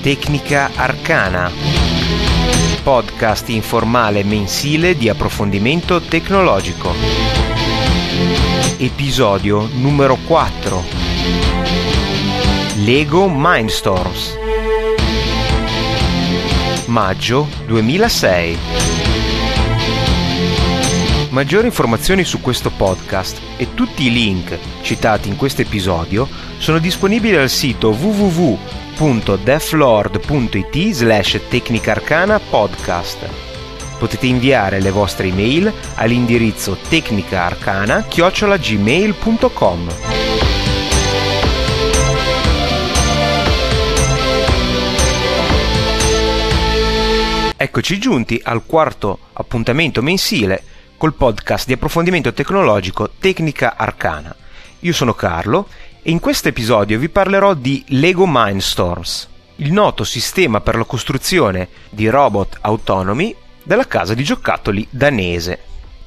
Tecnica Arcana, podcast informale mensile di approfondimento tecnologico. Episodio numero 4. Lego Mindstorms. Maggio 2006. Maggiori informazioni su questo podcast e tutti i link citati in questo episodio sono disponibili al sito www.deflord.it/tecnicaarcana-podcast. Potete inviare le vostre email all'indirizzo tecnicaarcana@gmail.com. Eccoci giunti al quarto appuntamento mensile col podcast di approfondimento tecnologico Tecnica Arcana. Io sono Carlo e in questo episodio vi parlerò di Lego Mindstorms, il noto sistema per la costruzione di robot autonomi della casa di giocattoli danese.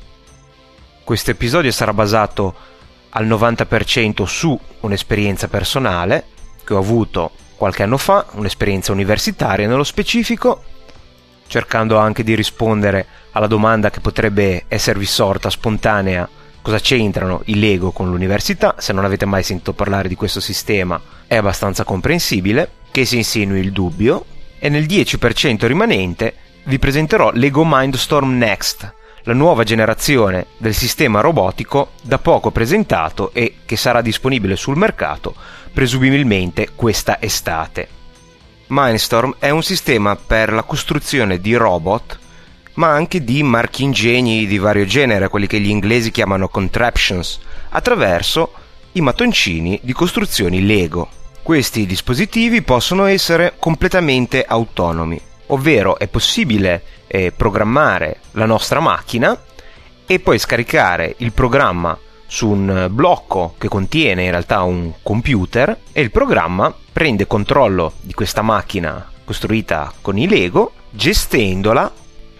Questo episodio sarà basato al 90% su un'esperienza personale che ho avuto qualche anno fa, un'esperienza universitaria nello specifico, cercando anche di rispondere alla domanda che potrebbe esservi sorta spontanea: cosa c'entrano i Lego con l'università? Se non avete mai sentito parlare di questo sistema è abbastanza comprensibile che si insinui il dubbio, e nel 10% rimanente vi presenterò Lego Mindstorm Next, la nuova generazione del sistema robotico da poco presentato e che sarà disponibile sul mercato presumibilmente questa estate. Mindstorm è un sistema per la costruzione di robot, ma anche di marchingegni di vario genere, quelli che gli inglesi chiamano contraptions, attraverso i mattoncini di costruzioni Lego. Questi dispositivi possono essere completamente autonomi, ovvero è possibile programmare la nostra macchina e poi scaricare il programma su un blocco che contiene in realtà un computer, e il programma prende controllo di questa macchina costruita con i Lego, gestendola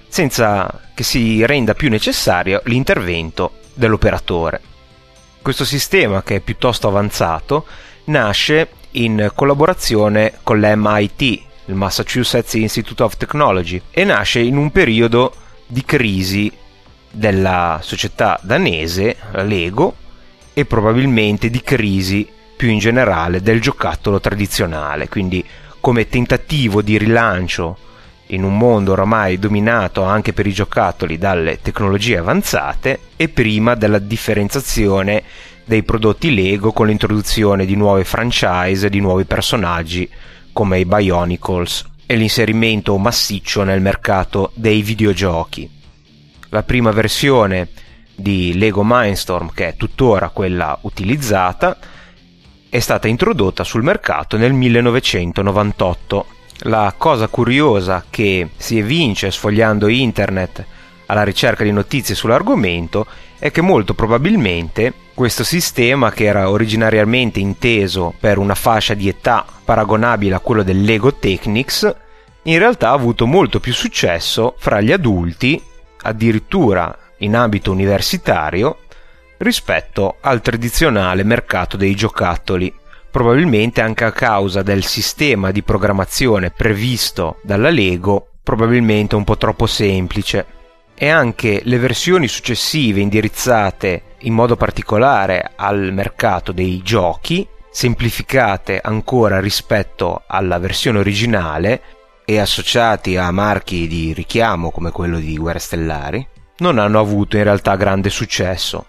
senza che si renda più necessario l'intervento dell'operatore. Questo sistema, che è piuttosto avanzato, nasce in collaborazione con l'MIT, il Massachusetts Institute of Technology, e nasce in un periodo di crisi della società danese, la Lego, e probabilmente di crisi più in generale del giocattolo tradizionale, quindi come tentativo di rilancio in un mondo oramai dominato anche per i giocattoli dalle tecnologie avanzate, e prima della differenziazione dei prodotti Lego con l'introduzione di nuove franchise, di nuovi personaggi come i Bionicles e l'inserimento massiccio nel mercato dei videogiochi. La prima versione di Lego Mindstorm, che è tuttora quella utilizzata, è stata introdotta sul mercato nel 1998. La cosa curiosa che si evince sfogliando internet alla ricerca di notizie sull'argomento è che molto probabilmente questo sistema, che era originariamente inteso per una fascia di età paragonabile a quello del Lego Technics, in realtà ha avuto molto più successo fra gli adulti, addirittura in ambito universitario, rispetto al tradizionale mercato dei giocattoli, probabilmente anche a causa del sistema di programmazione previsto dalla Lego, probabilmente un po' troppo semplice, e anche le versioni successive indirizzate in modo particolare al mercato dei giochi, semplificate ancora rispetto alla versione originale e associati a marchi di richiamo come quello di Guerre Stellari, non hanno avuto in realtà grande successo.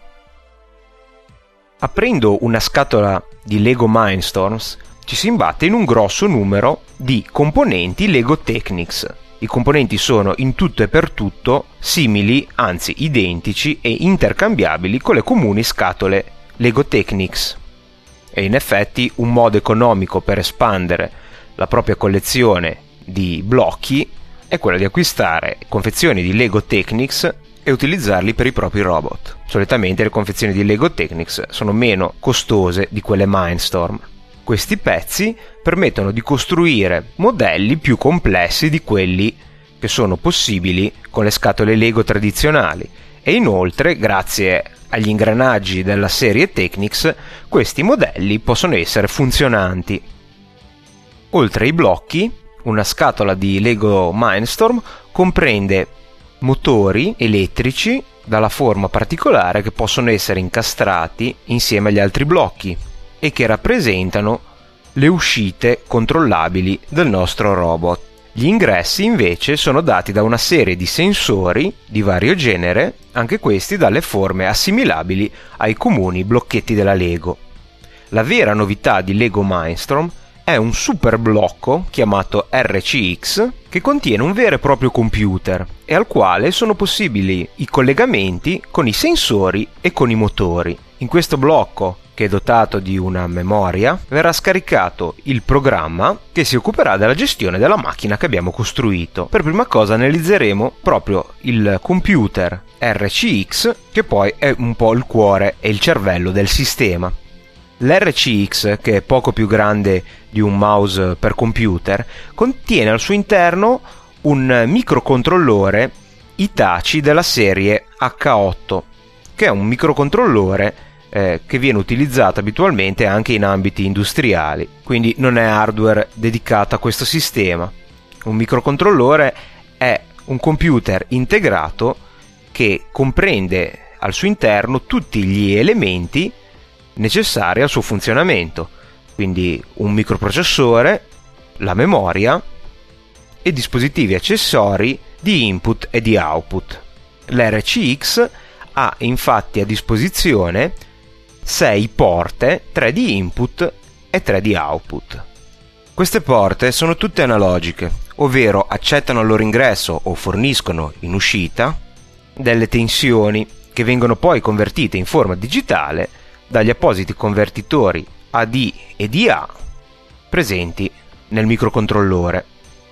Aprendo una scatola di Lego Mindstorms ci si imbatte in un grosso numero di componenti Lego Technics. I componenti sono in tutto e per tutto simili, anzi identici e intercambiabili con le comuni scatole Lego Technics. E in effetti un modo economico per espandere la propria collezione di blocchi è quello di acquistare confezioni di Lego Technics e utilizzarli per i propri robot. Solitamente le confezioni di Lego Technics sono meno costose di quelle Mindstorm. Questi pezzi permettono di costruire modelli più complessi di quelli che sono possibili con le scatole Lego tradizionali, e inoltre, grazie agli ingranaggi della serie Technics, questi modelli possono essere funzionanti. Oltre ai blocchi, Una scatola di Lego Mindstorm comprende motori elettrici dalla forma particolare che possono essere incastrati insieme agli altri blocchi e che rappresentano le uscite controllabili del nostro robot. Gli ingressi invece sono dati da una serie di sensori di vario genere, anche questi dalle forme assimilabili ai comuni blocchetti della Lego. La vera novità di Lego Mindstorm è un super blocco chiamato RCX che contiene un vero e proprio computer e al quale sono possibili i collegamenti con i sensori e con i motori. In questo blocco, che è dotato di una memoria, verrà scaricato il programma che si occuperà della gestione della macchina che abbiamo costruito. Per prima cosa analizzeremo proprio il computer RCX, che poi è un po' il cuore e il cervello del sistema. L'RCX, che è poco più grande di un mouse per computer, contiene al suo interno un microcontrollore Hitachi della serie H8, che è un microcontrollore che viene utilizzato abitualmente anche in ambiti industriali, quindi non è hardware dedicato a questo sistema. Un microcontrollore è un computer integrato che comprende al suo interno tutti gli elementi necessari al suo funzionamento, quindi un microprocessore, la memoria e dispositivi accessori di input e di output. L'RCX ha infatti a disposizione 6 porte, 3 di input e 3 di output. Queste porte sono tutte analogiche, ovvero accettano al loro ingresso o forniscono in uscita delle tensioni che vengono poi convertite in forma digitale dagli appositi convertitori AD e DA presenti nel microcontrollore.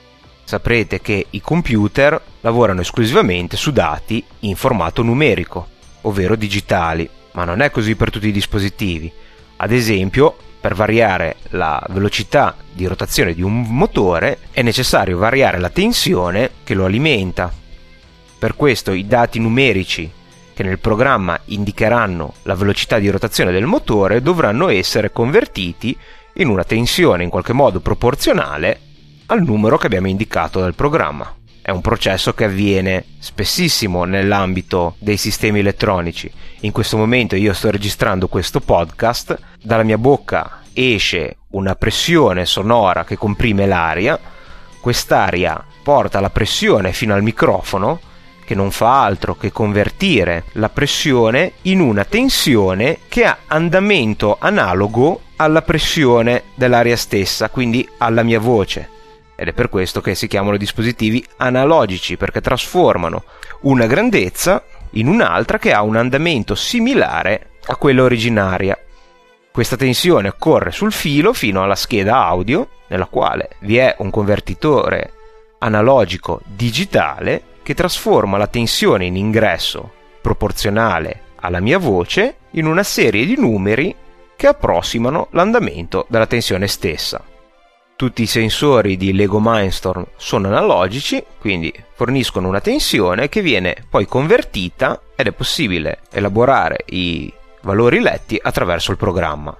Saprete che i computer lavorano esclusivamente su dati in formato numerico, ovvero digitali, ma non è così per tutti i dispositivi. Ad esempio, per variare la velocità di rotazione di un motore è necessario variare la tensione che lo alimenta. Per questo i dati numerici che nel programma indicheranno la velocità di rotazione del motore dovranno essere convertiti in una tensione in qualche modo proporzionale al numero che abbiamo indicato dal programma. È un processo che avviene spessissimo nell'ambito dei sistemi elettronici. In questo momento io sto registrando questo podcast, dalla mia bocca esce una pressione sonora che comprime l'aria, quest'aria porta la pressione fino al microfono, che non fa altro che convertire la pressione in una tensione che ha andamento analogo alla pressione dell'aria stessa, quindi alla mia voce. Ed è per questo che si chiamano dispositivi analogici, perché trasformano una grandezza in un'altra che ha un andamento similare a quella originaria. Questa tensione corre sul filo fino alla scheda audio, nella quale vi è un convertitore analogico digitale che trasforma la tensione in ingresso proporzionale alla mia voce in una serie di numeri che approssimano l'andamento della tensione stessa. Tutti i sensori di Lego Mindstorm sono analogici, quindi forniscono una tensione che viene poi convertita ed è possibile elaborare i valori letti attraverso il programma.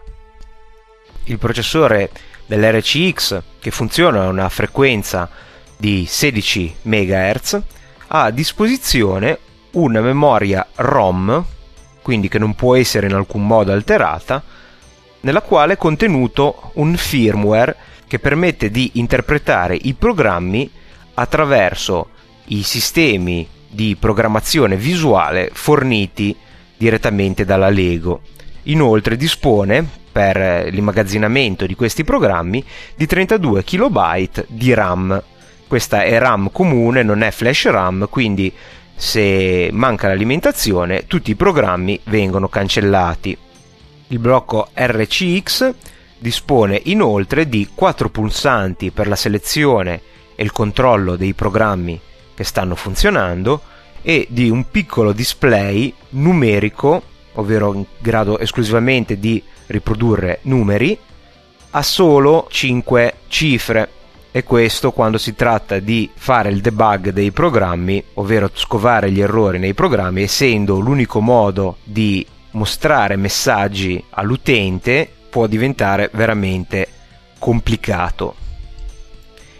Il processore dell'RCX, che funziona a una frequenza di 16 MHz, ha a disposizione una memoria ROM, quindi che non può essere in alcun modo alterata, nella quale è contenuto un firmware che permette di interpretare i programmi attraverso i sistemi di programmazione visuale forniti direttamente dalla Lego. Inoltre dispone, per l'immagazzinamento di questi programmi, di 32 KB di RAM. Questa è RAM comune, non è flash RAM, quindi se manca l'alimentazione tutti i programmi vengono cancellati. Il blocco RCX dispone inoltre di 4 pulsanti per la selezione e il controllo dei programmi che stanno funzionando e di un piccolo display numerico, ovvero in grado esclusivamente di riprodurre numeri, a solo 5 cifre. E questo quando si tratta di fare il debug dei programmi, ovvero scovare gli errori nei programmi, essendo l'unico modo di mostrare messaggi all'utente può diventare veramente complicato.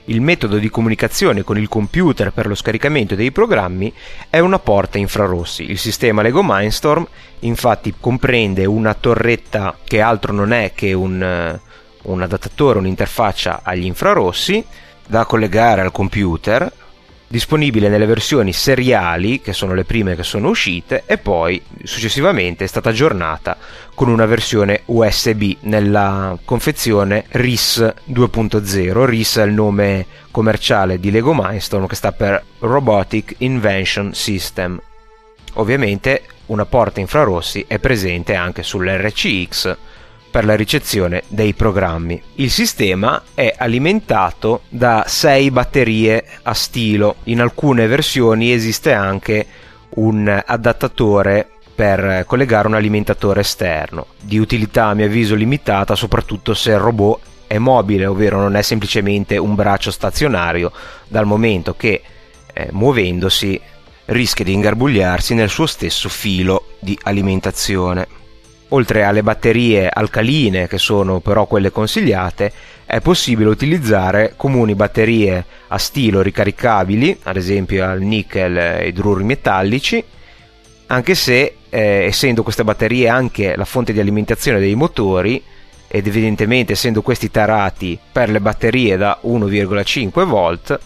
Il metodo di comunicazione con il computer per lo scaricamento dei programmi è una porta infrarossi. Il sistema Lego Mindstorm infatti comprende una torretta che altro non è che un adattatore, un'interfaccia agli infrarossi da collegare al computer, disponibile nelle versioni seriali, che sono le prime che sono uscite, e poi successivamente è stata aggiornata con una versione USB nella confezione RIS 2.0. RIS è il nome commerciale di Lego Mindstorm, che sta per Robotic Invention System. Ovviamente una porta infrarossi è presente anche sull'RCX per la ricezione dei programmi. Il sistema è alimentato da 6 batterie a stilo. In alcune versioni esiste anche un adattatore per collegare un alimentatore esterno, di utilità a mio avviso limitata, soprattutto se il robot è mobile, ovvero non è semplicemente un braccio stazionario, dal momento che muovendosi rischia di ingarbugliarsi nel suo stesso filo di alimentazione. Oltre alle batterie alcaline, che sono però quelle consigliate, è possibile utilizzare comuni batterie a stilo ricaricabili, ad esempio al nickel e idruri metallici, anche se essendo queste batterie anche la fonte di alimentazione dei motori, ed evidentemente essendo questi tarati per le batterie da 1,5 volt,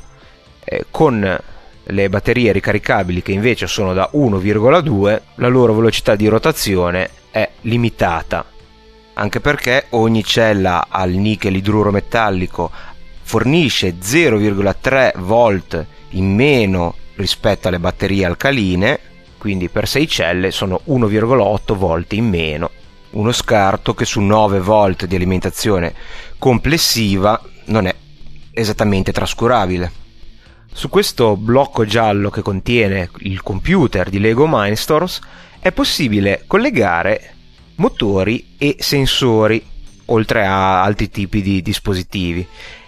con le batterie ricaricabili che invece sono da 1,2, la loro velocità di rotazione è limitata, anche perché ogni cella al nickel idruro metallico fornisce 0,3 volt in meno rispetto alle batterie alcaline, quindi per 6 celle sono 1,8 volt in meno, uno scarto che su 9 volt di alimentazione complessiva non è esattamente trascurabile. Su questo blocco giallo che contiene il computer di Lego Mindstorms è possibile collegare motori e sensori, oltre a altri tipi di dispositivi,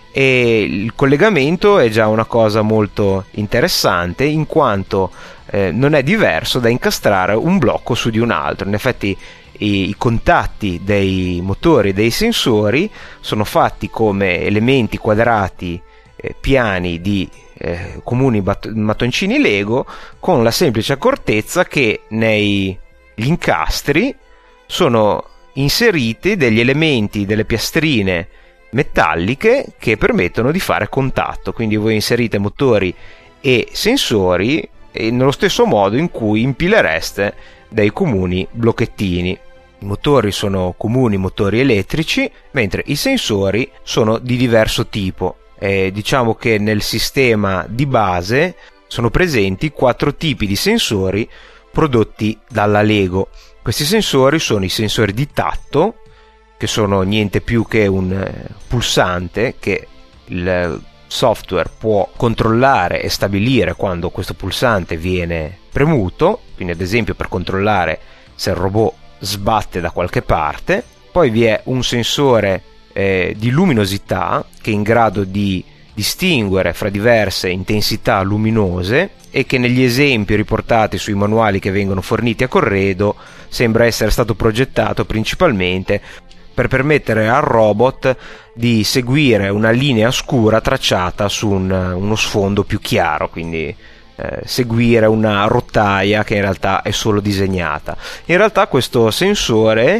e il collegamento è già una cosa molto interessante, in quanto non è diverso da incastrare un blocco su di un altro. In effetti i contatti dei motori e dei sensori sono fatti come elementi quadrati piani di comuni mattoncini Lego, con la semplice accortezza che negli incastri sono inseriti degli elementi, delle piastrine metalliche che permettono di fare contatto. Quindi voi inserite motori e sensori nello stesso modo in cui impilereste dei comuni blocchettini. I motori sono comuni motori elettrici, mentre i sensori sono di diverso tipo. Diciamo che nel sistema di base sono presenti 4 tipi di sensori prodotti dalla Lego. Questi sensori sono i sensori di tatto, che sono niente più che un pulsante che il software può controllare e stabilire quando questo pulsante viene premuto, quindi ad esempio per controllare se il robot sbatte da qualche parte. Poi vi è un sensore di luminosità che è in grado di distinguere fra diverse intensità luminose e che negli esempi riportati sui manuali che vengono forniti a corredo sembra essere stato progettato principalmente per permettere al robot di seguire una linea scura tracciata su uno sfondo più chiaro, quindi seguire una rotaia che in realtà è solo disegnata. In realtà questo sensore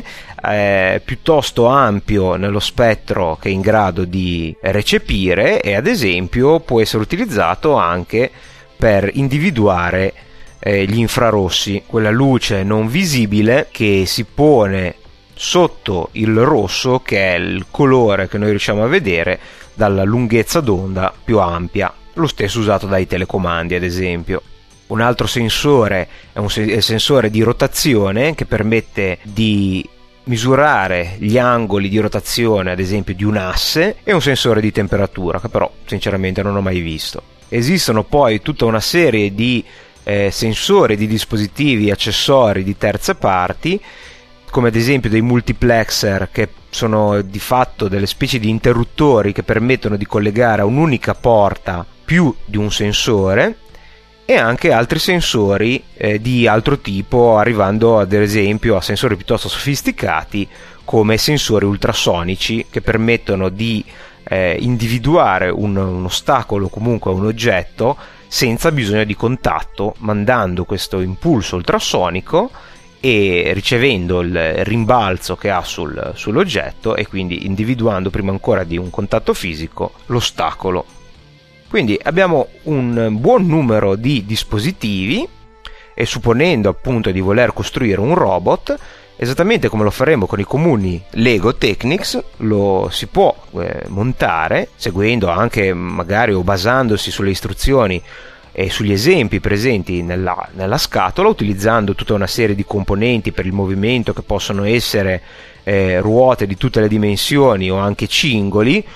è piuttosto ampio nello spettro che è in grado di recepire, e ad esempio può essere utilizzato anche per individuare gli infrarossi, quella luce non visibile che si pone sotto il rosso, che è il colore che noi riusciamo a vedere dalla lunghezza d'onda più ampia, lo stesso usato dai telecomandi ad esempio. Un altro sensore è il sensore di rotazione, che permette di misurare gli angoli di rotazione ad esempio di un asse, e un sensore di temperatura che però sinceramente non ho mai visto. Esistono poi tutta una serie di sensori, di dispositivi accessori di terze parti, come ad esempio dei multiplexer, che sono di fatto delle specie di interruttori che permettono di collegare a un'unica porta più di un sensore, e anche altri sensori di altro tipo, arrivando ad esempio a sensori piuttosto sofisticati come sensori ultrasonici che permettono di individuare un ostacolo, comunque un oggetto, senza bisogno di contatto, mandando questo impulso ultrasonico e ricevendo il rimbalzo che ha sull'oggetto, e quindi individuando prima ancora di un contatto fisico l'ostacolo. Quindi abbiamo un buon numero di dispositivi, e supponendo appunto di voler costruire un robot, esattamente come lo faremo con i comuni Lego Technics, lo si può montare seguendo anche magari o basandosi sulle istruzioni e sugli esempi presenti nella scatola, utilizzando tutta una serie di componenti per il movimento che possono essere ruote di tutte le dimensioni o anche cingoli.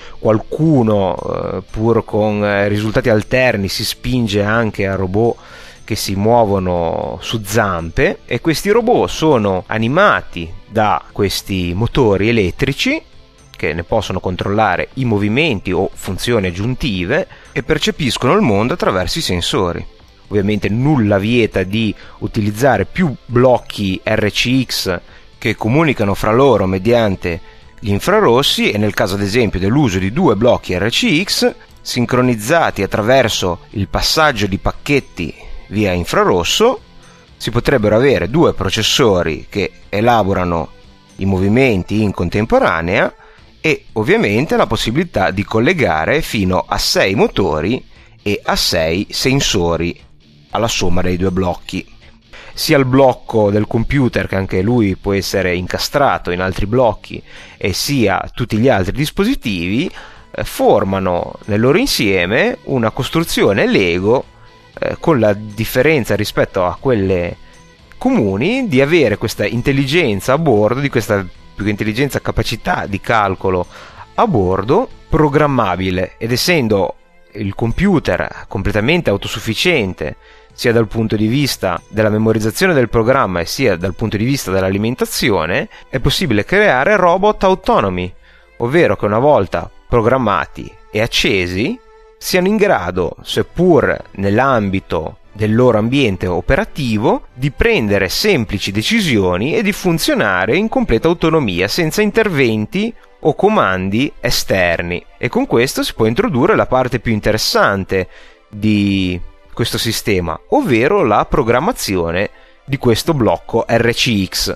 Qualcuno pur con risultati alterni si spinge anche a robot che si muovono su zampe, e questi robot sono animati da questi motori elettrici che ne possono controllare i movimenti o funzioni aggiuntive e percepiscono il mondo attraverso i sensori. Ovviamente nulla vieta di utilizzare più blocchi RCX che comunicano fra loro mediante gli infrarossi, e nel caso ad esempio dell'uso di 2 blocchi RCX sincronizzati attraverso il passaggio di pacchetti via infrarosso, si potrebbero avere 2 processori che elaborano i movimenti in contemporanea, e ovviamente la possibilità di collegare fino a 6 motori e a 6 sensori alla somma dei 2 blocchi. Sia il blocco del computer, che anche lui può essere incastrato in altri blocchi, e sia tutti gli altri dispositivi formano nel loro insieme una costruzione Lego, con la differenza rispetto a quelle comuni di avere questa intelligenza a bordo, di questa più che intelligenza capacità di calcolo a bordo programmabile, ed essendo il computer completamente autosufficiente sia dal punto di vista della memorizzazione del programma e sia dal punto di vista dell'alimentazione, è possibile creare robot autonomi, ovvero che una volta programmati e accesi siano in grado, seppur nell'ambito del loro ambiente operativo, di prendere semplici decisioni e di funzionare in completa autonomia senza interventi o comandi esterni. E con questo si può introdurre la parte più interessante di questo sistema, ovvero la programmazione di questo blocco RCX.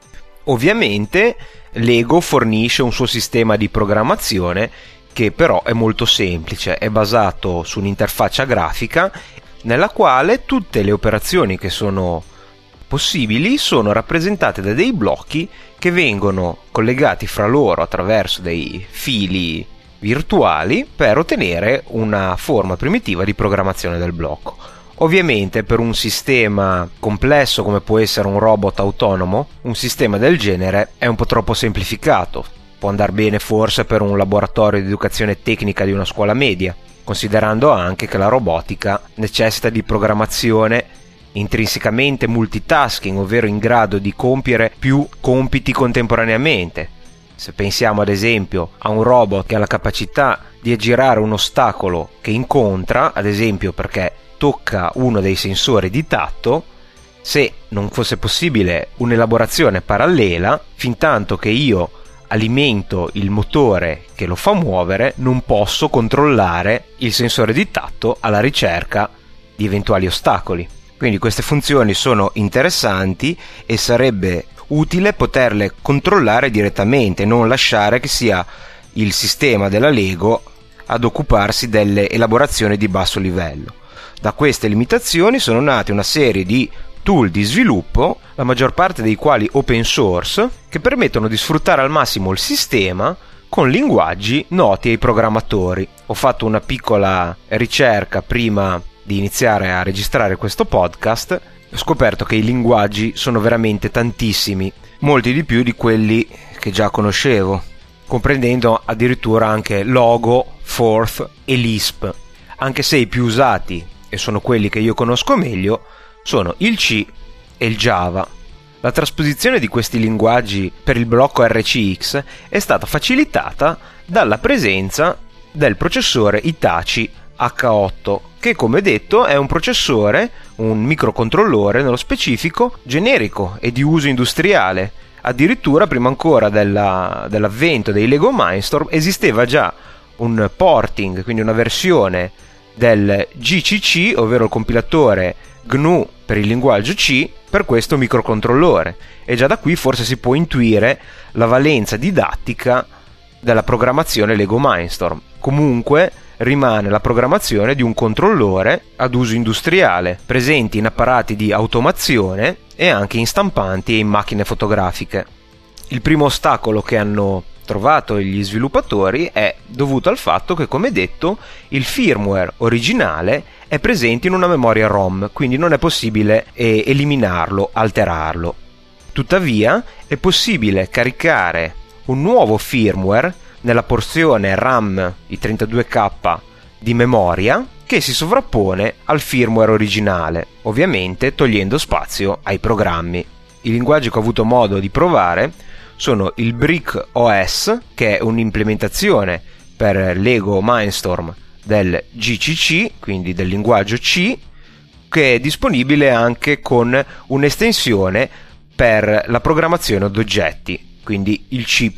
Ovviamente Lego fornisce un suo sistema di programmazione che però è molto semplice, è basato su un'interfaccia grafica nella quale tutte le operazioni che sono possibili sono rappresentate da dei blocchi che vengono collegati fra loro attraverso dei fili virtuali per ottenere una forma primitiva di programmazione del blocco. Ovviamente per un sistema complesso come può essere un robot autonomo, un sistema del genere è un po' troppo semplificato. Può andare bene forse per un laboratorio di educazione tecnica di una scuola media, considerando anche che la robotica necessita di programmazione intrinsecamente multitasking, ovvero in grado di compiere più compiti contemporaneamente. Se pensiamo ad esempio a un robot che ha la capacità di aggirare un ostacolo che incontra, ad esempio perché tocca uno dei sensori di tatto, se non fosse possibile un'elaborazione parallela, fintanto che io alimento il motore che lo fa muovere, non posso controllare il sensore di tatto alla ricerca di eventuali ostacoli. Quindi queste funzioni sono interessanti e sarebbe utile poterle controllare direttamente, non lasciare che sia il sistema della Lego ad occuparsi delle elaborazioni di basso livello. Da queste limitazioni sono nate una serie di tool di sviluppo, la maggior parte dei quali open source, che permettono di sfruttare al massimo il sistema con linguaggi noti ai programmatori. Ho fatto una piccola ricerca prima di iniziare a registrare questo podcast e ho scoperto che i linguaggi sono veramente tantissimi, molti di più di quelli che già conoscevo, comprendendo addirittura anche Logo, Forth e Lisp, anche se i più usati, e sono quelli che io conosco meglio, sono il C e il Java. La trasposizione di questi linguaggi per il blocco RCX è stata facilitata dalla presenza del processore Hitachi H8, che come detto è un processore, un microcontrollore nello specifico, generico e di uso industriale. Addirittura prima ancora dell'avvento dei Lego Mindstorm esisteva già un porting, quindi una versione del GCC, ovvero il compilatore GNU per il linguaggio C, per questo microcontrollore, e già da qui forse si può intuire la valenza didattica della programmazione Lego Mindstorm. Comunque rimane la programmazione di un controllore ad uso industriale, presente in apparati di automazione e anche in stampanti e in macchine fotografiche. Il primo ostacolo che hanno trovato gli sviluppatori è dovuto al fatto che, come detto, il firmware originale è presente in una memoria ROM, quindi non è possibile eliminarlo, alterarlo. Tuttavia è possibile caricare un nuovo firmware nella porzione RAM di 32K di memoria che si sovrappone al firmware originale, ovviamente togliendo spazio ai programmi. I linguaggi che ho avuto modo di provare sono il Brick OS, che è un'implementazione per Lego Mindstorm del GCC, quindi del linguaggio C, che è disponibile anche con un'estensione per la programmazione ad oggetti, quindi il C++.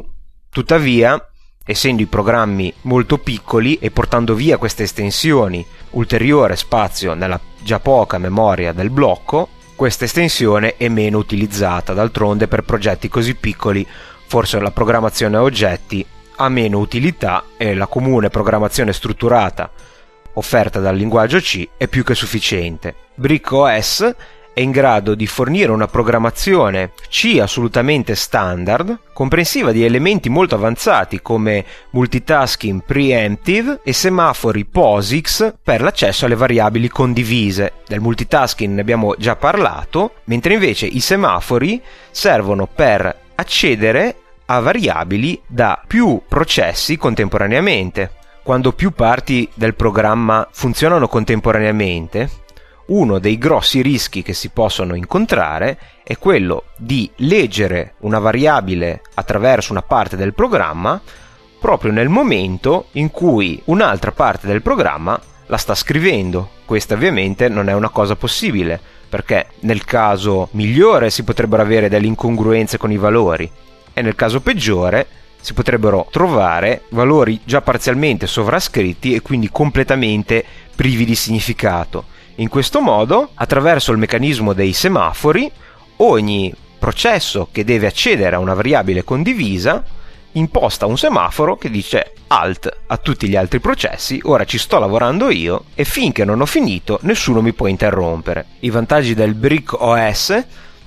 Tuttavia, essendo i programmi molto piccoli e portando via queste estensioni ulteriore spazio nella già poca memoria del blocco, questa estensione è meno utilizzata. D'altronde, per progetti così piccoli forse la programmazione a oggetti ha meno utilità e la comune programmazione strutturata offerta dal linguaggio C è più che sufficiente. Brick OS è in grado di fornire una programmazione C assolutamente standard, comprensiva di elementi molto avanzati come multitasking preemptive e semafori POSIX per l'accesso alle variabili condivise. Del multitasking ne abbiamo già parlato, mentre invece i semafori servono per accedere a variabili da più processi contemporaneamente. Quando più parti del programma funzionano contemporaneamente, uno dei grossi rischi che si possono incontrare è quello di leggere una variabile attraverso una parte del programma proprio nel momento in cui un'altra parte del programma la sta scrivendo. Questa ovviamente non è una cosa possibile, perché nel caso migliore si potrebbero avere delle incongruenze con i valori e nel caso peggiore si potrebbero trovare valori già parzialmente sovrascritti e quindi completamente privi di significato. In questo modo, attraverso il meccanismo dei semafori, ogni processo che deve accedere a una variabile condivisa imposta un semaforo che dice alt a tutti gli altri processi: ora ci sto lavorando io e finché non ho finito nessuno mi può interrompere. I vantaggi del Brick OS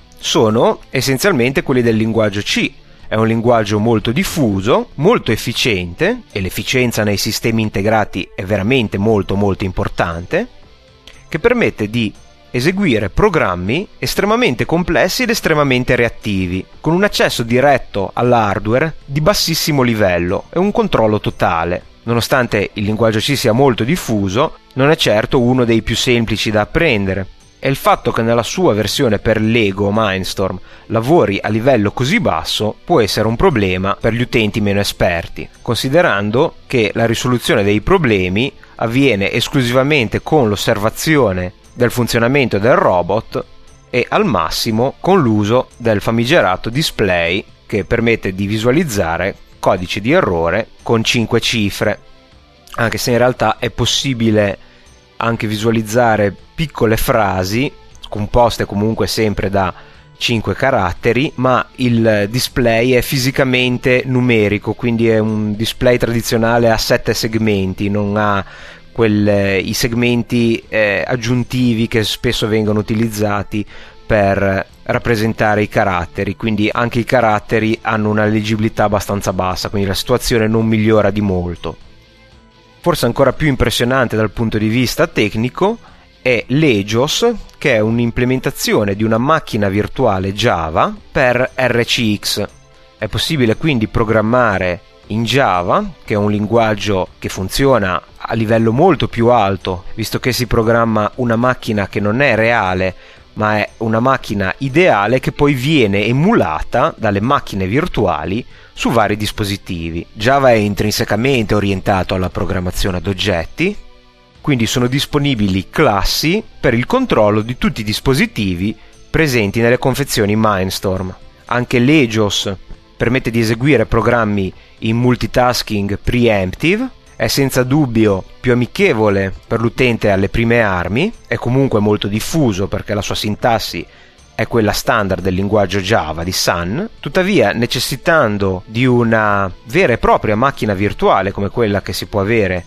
sono essenzialmente quelli del linguaggio C. È un linguaggio molto diffuso, molto efficiente, e l'efficienza nei sistemi integrati è veramente molto importante, che permette di eseguire programmi estremamente complessi ed estremamente reattivi, con un accesso diretto all'hardware di bassissimo livello e un controllo totale. Nonostante il linguaggio C sia molto diffuso, non è certo uno dei più semplici da apprendere, e il fatto che nella sua versione per Lego Mindstorm lavori a livello così basso può essere un problema per gli utenti meno esperti, considerando che la risoluzione dei problemi avviene esclusivamente con l'osservazione del funzionamento del robot e al massimo con l'uso del famigerato display, che permette di visualizzare codici di errore con 5 cifre, anche se in realtà è possibile anche visualizzare piccole frasi composte comunque sempre da 5 caratteri, ma il display è fisicamente numerico, quindi è un display tradizionale a 7 segmenti, non ha i segmenti aggiuntivi che spesso vengono utilizzati per rappresentare i caratteri, quindi anche i caratteri hanno una leggibilità abbastanza bassa, quindi la situazione non migliora di molto. Forse ancora più impressionante dal punto di vista tecnico è Legios, che è un'implementazione di una macchina virtuale Java per RCX. È possibile quindi programmare in Java, che è un linguaggio che funziona a livello molto più alto, visto che si programma una macchina che non è reale, ma è una macchina ideale che poi viene emulata dalle macchine virtuali su vari dispositivi. Java è intrinsecamente orientato alla programmazione ad oggetti, quindi sono disponibili classi per il controllo di tutti i dispositivi presenti nelle confezioni Mindstorm. Anche Legios permette di eseguire programmi in multitasking preemptive, è senza dubbio più amichevole per l'utente alle prime armi, è comunque molto diffuso perché la sua sintassi è quella standard del linguaggio Java di Sun, tuttavia necessitando di una vera e propria macchina virtuale come quella che si può avere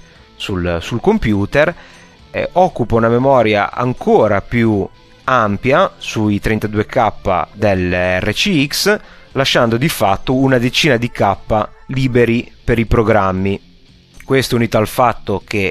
sul computer, occupa una memoria ancora più ampia sui 32K del RCX, lasciando di fatto una decina di K liberi per i programmi. Questo unito al fatto che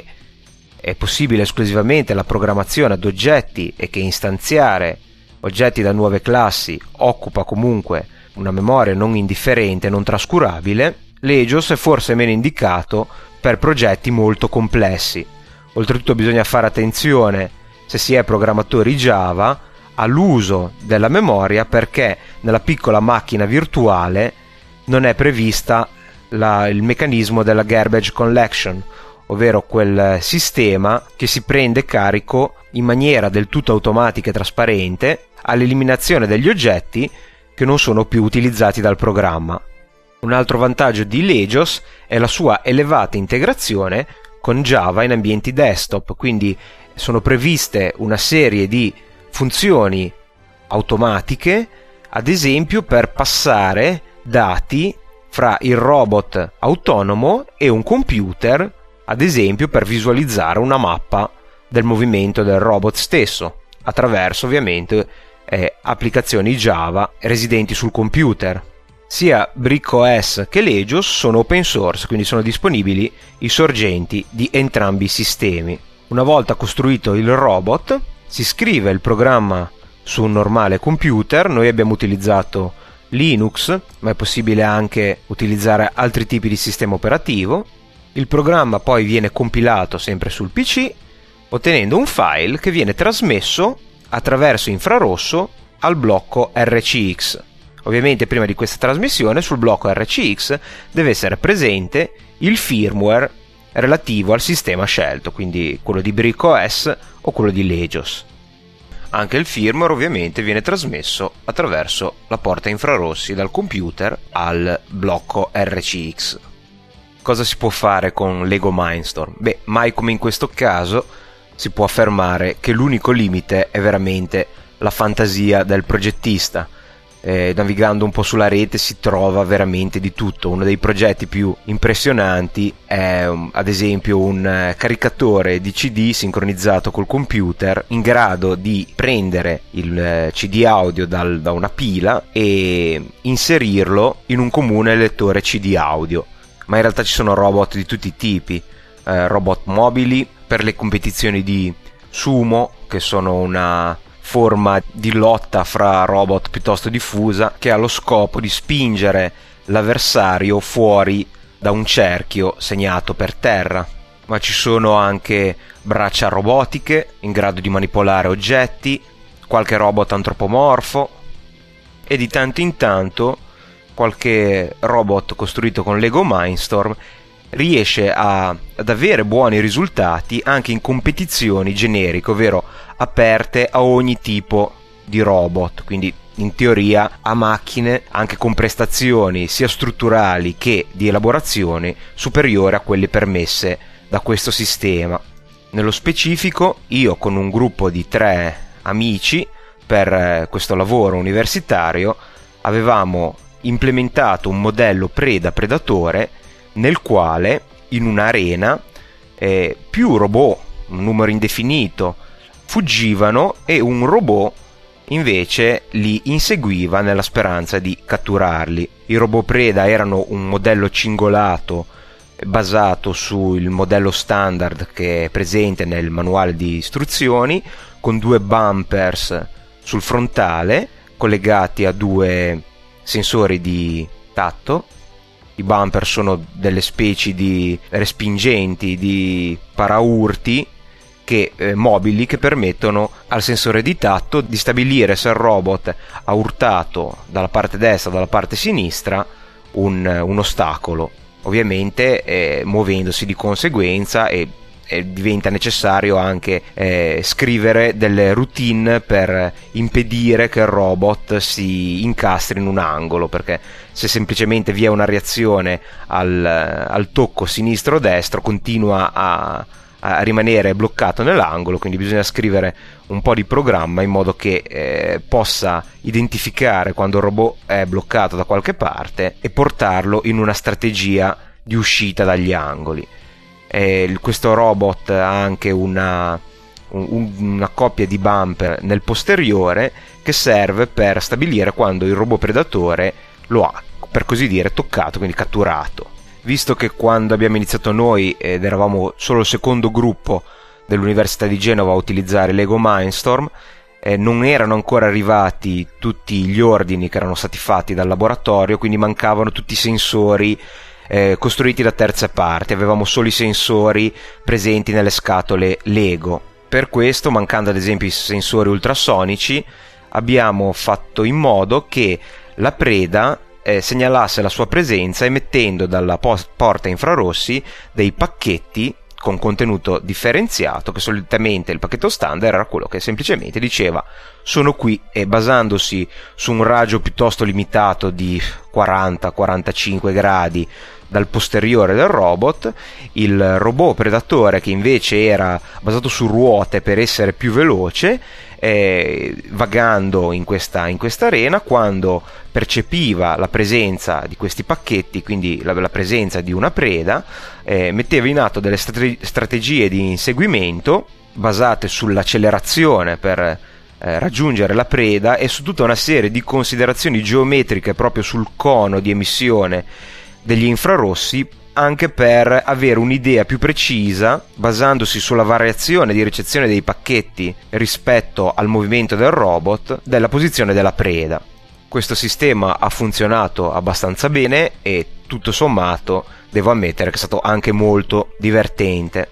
è possibile esclusivamente la programmazione ad oggetti e che istanziare oggetti da nuove classi occupa comunque una memoria non indifferente, non trascurabile, Legios è forse meno indicato per progetti molto complessi. Oltretutto bisogna fare attenzione, se si è programmatori Java, all'uso della memoria, perché nella piccola macchina virtuale non è prevista il meccanismo della garbage collection, ovvero quel sistema che si prende carico in maniera del tutto automatica e trasparente all'eliminazione degli oggetti che non sono più utilizzati dal programma. Un altro vantaggio di Legios è la sua elevata integrazione con Java in ambienti desktop, quindi sono previste una serie di funzioni automatiche, ad esempio per passare dati fra il robot autonomo e un computer, ad esempio per visualizzare una mappa del movimento del robot stesso, attraverso ovviamente applicazioni Java residenti sul computer. Sia BrickOS che Legios sono open source, quindi sono disponibili i sorgenti di entrambi i sistemi. Una volta costruito il robot, si scrive il programma su un normale computer. Noi abbiamo utilizzato Linux, ma è possibile anche utilizzare altri tipi di sistema operativo. Il programma poi viene compilato sempre sul PC, ottenendo un file che viene trasmesso attraverso infrarosso al blocco RCX. Ovviamente prima di questa trasmissione sul blocco RCX deve essere presente il firmware relativo al sistema scelto, quindi quello di BrickOS o quello di Legios. Anche il firmware ovviamente viene trasmesso attraverso la porta infrarossi dal computer al blocco RCX. Cosa si può fare con Lego Mindstorm? Beh, mai come in questo caso si può affermare che l'unico limite è veramente la fantasia del progettista. Navigando un po' sulla rete si trova veramente di tutto. Uno dei progetti più impressionanti è ad esempio un caricatore di CD sincronizzato col computer, in grado di prendere il CD audio da una pila e inserirlo in un comune lettore CD audio. Ma in realtà ci sono robot di tutti i tipi, robot mobili per le competizioni di sumo, che sono una forma di lotta fra robot piuttosto diffusa, che ha lo scopo di spingere l'avversario fuori da un cerchio segnato per terra. Ma ci sono anche braccia robotiche in grado di manipolare oggetti, qualche robot antropomorfo e di tanto in tanto qualche robot costruito con Lego Mindstorm riesce ad avere buoni risultati anche in competizioni generiche, ovvero aperte a ogni tipo di robot, quindi in teoria a macchine anche con prestazioni sia strutturali che di elaborazione superiori a quelle permesse da questo sistema. Nello specifico, io con un gruppo di 3 amici per questo lavoro universitario avevamo implementato un modello preda-predatore nel quale in un'arena più robot, un numero indefinito, fuggivano e un robot invece li inseguiva nella speranza di catturarli. I robot preda erano un modello cingolato basato sul modello standard che è presente nel manuale di istruzioni, con 2 bumpers sul frontale collegati a 2 sensori di tatto. I bumper sono delle specie di respingenti, di paraurti mobili che permettono al sensore di tatto di stabilire se il robot ha urtato dalla parte destra o dalla parte sinistra un ostacolo, ovviamente muovendosi di conseguenza e diventa necessario anche scrivere delle routine per impedire che il robot si incastri in un angolo, perché se semplicemente vi è una reazione al tocco sinistro o destro continua a rimanere bloccato nell'angolo, quindi bisogna scrivere un po' di programma in modo che possa identificare quando il robot è bloccato da qualche parte e portarlo in una strategia di uscita dagli angoli. Questo robot ha anche una coppia di bumper nel posteriore che serve per stabilire quando il robot predatore lo ha, per così dire, toccato, quindi catturato. Visto che quando abbiamo iniziato noi ed eravamo solo il secondo gruppo dell'Università di Genova a utilizzare Lego Mindstorm, non erano ancora arrivati tutti gli ordini che erano stati fatti dal laboratorio, quindi mancavano tutti i sensori costruiti da terze parti, avevamo solo i sensori presenti nelle scatole Lego. Per questo, mancando ad esempio i sensori ultrasonici, abbiamo fatto in modo che la preda segnalasse la sua presenza emettendo dalla porta infrarossi dei pacchetti con contenuto differenziato, che solitamente il pacchetto standard era quello che semplicemente diceva sono qui, e basandosi su un raggio piuttosto limitato di 40-45 gradi dal posteriore del robot, il robot predatore, che invece era basato su ruote per essere più veloce, vagando in questa arena, quando percepiva la presenza di questi pacchetti, quindi la presenza di una preda, metteva in atto delle strategie di inseguimento basate sull'accelerazione per raggiungere la preda e su tutta una serie di considerazioni geometriche proprio sul cono di emissione degli infrarossi, anche per avere un'idea più precisa, basandosi sulla variazione di ricezione dei pacchetti rispetto al movimento del robot, della posizione della preda. Questo sistema ha funzionato abbastanza bene e tutto sommato devo ammettere che è stato anche molto divertente.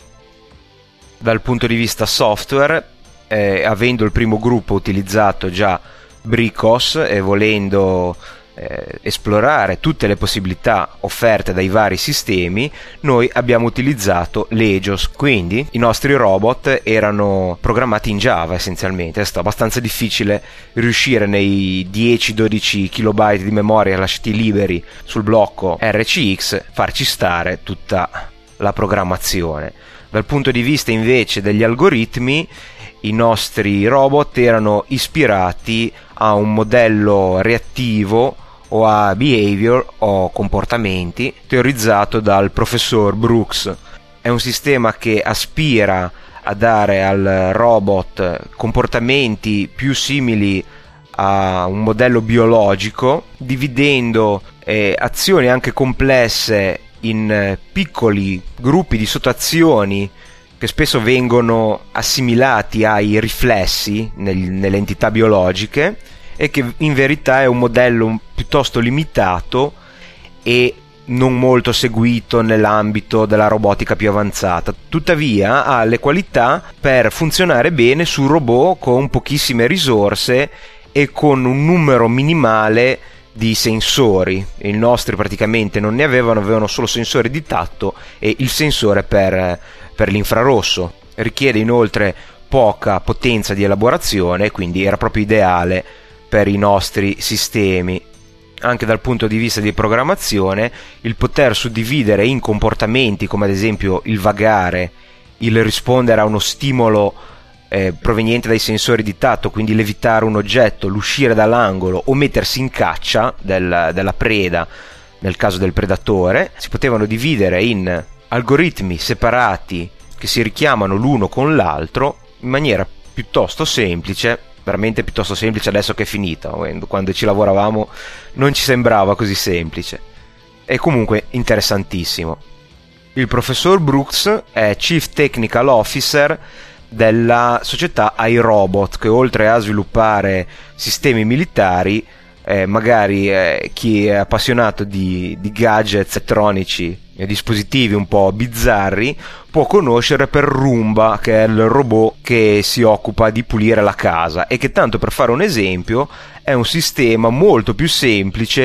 Dal punto di vista software, avendo il primo gruppo utilizzato già Bricos e volendo esplorare tutte le possibilità offerte dai vari sistemi, noi abbiamo utilizzato Legios, quindi i nostri robot erano programmati in Java essenzialmente. È stato abbastanza difficile riuscire nei 10-12 kilobyte di memoria lasciati liberi sul blocco RCX farci stare tutta la programmazione. Dal punto di vista invece degli algoritmi, i nostri robot erano ispirati a un modello reattivo o a behavior o comportamenti teorizzato dal professor Brooks. È un sistema che aspira a dare al robot comportamenti più simili a un modello biologico, dividendo azioni anche complesse in piccoli gruppi di sottoazioni che spesso vengono assimilati ai riflessi nelle entità biologiche, e che in verità è un modello piuttosto limitato e non molto seguito nell'ambito della robotica più avanzata. Tuttavia ha le qualità per funzionare bene su robot con pochissime risorse e con un numero minimale di sensori. I nostri praticamente non ne avevano solo sensori di tatto e il sensore per l'infrarosso. Richiede inoltre poca potenza di elaborazione, quindi era proprio ideale per i nostri sistemi. Anche dal punto di vista di programmazione, il poter suddividere in comportamenti come ad esempio il vagare, il rispondere a uno stimolo proveniente dai sensori di tatto, quindi levitare un oggetto, l'uscire dall'angolo o mettersi in caccia della preda nel caso del predatore, si potevano dividere in algoritmi separati che si richiamano l'uno con l'altro in maniera piuttosto semplice, veramente piuttosto semplice adesso che è finita. Quando ci lavoravamo non ci sembrava così semplice, e comunque interessantissimo. Il professor Brooks è Chief Technical Officer della società iRobot, che oltre a sviluppare sistemi militari, magari chi è appassionato di gadgets elettronici e dispositivi un po' bizzarri può conoscere per Roomba, che è il robot che si occupa di pulire la casa, e che, tanto per fare un esempio, è un sistema molto più semplice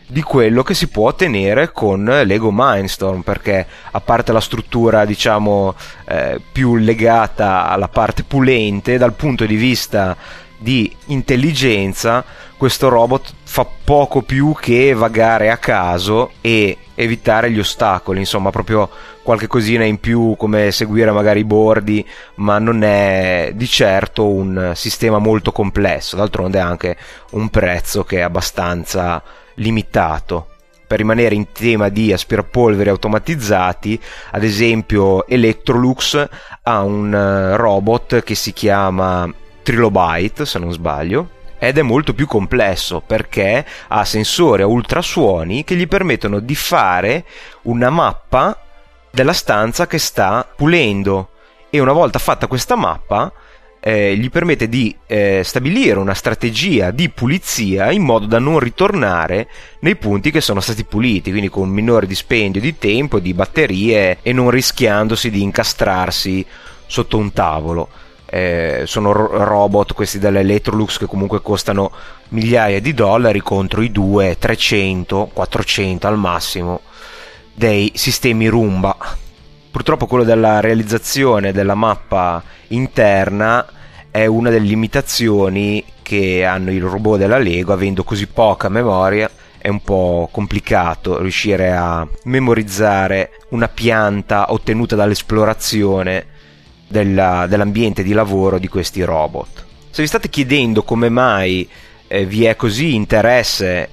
di quello che si può ottenere con Lego Mindstorm, perché a parte la struttura diciamo più legata alla parte pulente, dal punto di vista di intelligenza questo robot fa poco più che vagare a caso e evitare gli ostacoli, insomma proprio qualche cosina in più, come seguire magari i bordi, ma non è di certo un sistema molto complesso. D'altronde ha anche un prezzo che è abbastanza limitato. Per rimanere in tema di aspirapolveri automatizzati, ad esempio Electrolux ha un robot che si chiama Trilobite, se non sbaglio, ed è molto più complesso perché ha sensori a ultrasuoni che gli permettono di fare una mappa della stanza che sta pulendo, e una volta fatta questa mappa gli permette di stabilire una strategia di pulizia in modo da non ritornare nei punti che sono stati puliti, quindi con minore dispendio di tempo, di batterie, e non rischiandosi di incastrarsi sotto un tavolo. Sono robot questi dell'Electrolux che comunque costano migliaia di dollari contro i 200, 300, 400 al massimo dei sistemi Roomba. Purtroppo quello della realizzazione della mappa interna è una delle limitazioni che hanno i robot della Lego. Avendo così poca memoria è un po' complicato riuscire a memorizzare una pianta ottenuta dall'esplorazione dell'ambiente di lavoro di questi robot. Se vi state chiedendo come mai vi è così interesse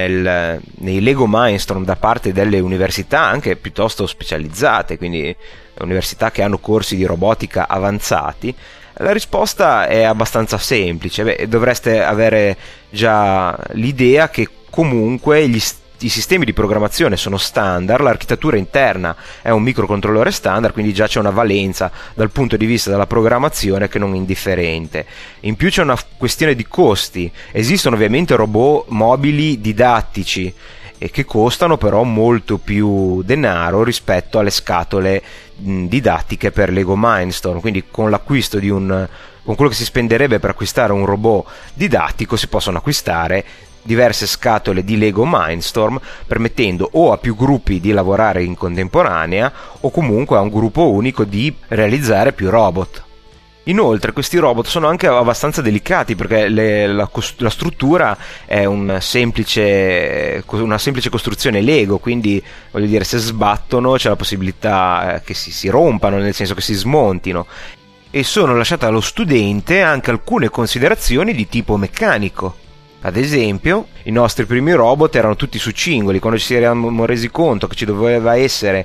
nei Lego Mindstorm da parte delle università anche piuttosto specializzate, quindi università che hanno corsi di robotica avanzati, la risposta è abbastanza semplice. Dovreste avere già l'idea che comunque i sistemi di programmazione sono standard, l'architettura interna è un microcontrollore standard, quindi già c'è una valenza dal punto di vista della programmazione che non è indifferente. In più c'è una questione di costi. Esistono ovviamente robot mobili didattici e che costano però molto più denaro rispetto alle scatole didattiche per Lego Mindstorm, quindi con l'acquisto con quello che si spenderebbe per acquistare un robot didattico si possono acquistare diverse scatole di Lego Mindstorm, permettendo o a più gruppi di lavorare in contemporanea o comunque a un gruppo unico di realizzare più robot. Inoltre questi robot sono anche abbastanza delicati perché la struttura è una semplice costruzione Lego, quindi voglio dire, se sbattono c'è la possibilità che si rompano, nel senso che si smontino, e sono lasciate allo studente anche alcune considerazioni di tipo meccanico. Ad esempio, i nostri primi robot erano tutti su cingoli. Quando ci siamo resi conto che ci doveva essere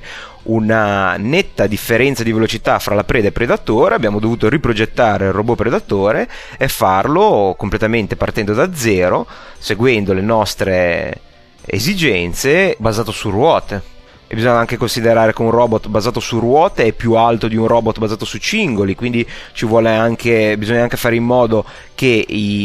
una netta differenza di velocità fra la preda e il predatore, abbiamo dovuto riprogettare il robot predatore e farlo completamente partendo da zero, seguendo le nostre esigenze, basato su ruote. E bisogna anche considerare che un robot basato su ruote è più alto di un robot basato su cingoli, quindi bisogna anche fare in modo che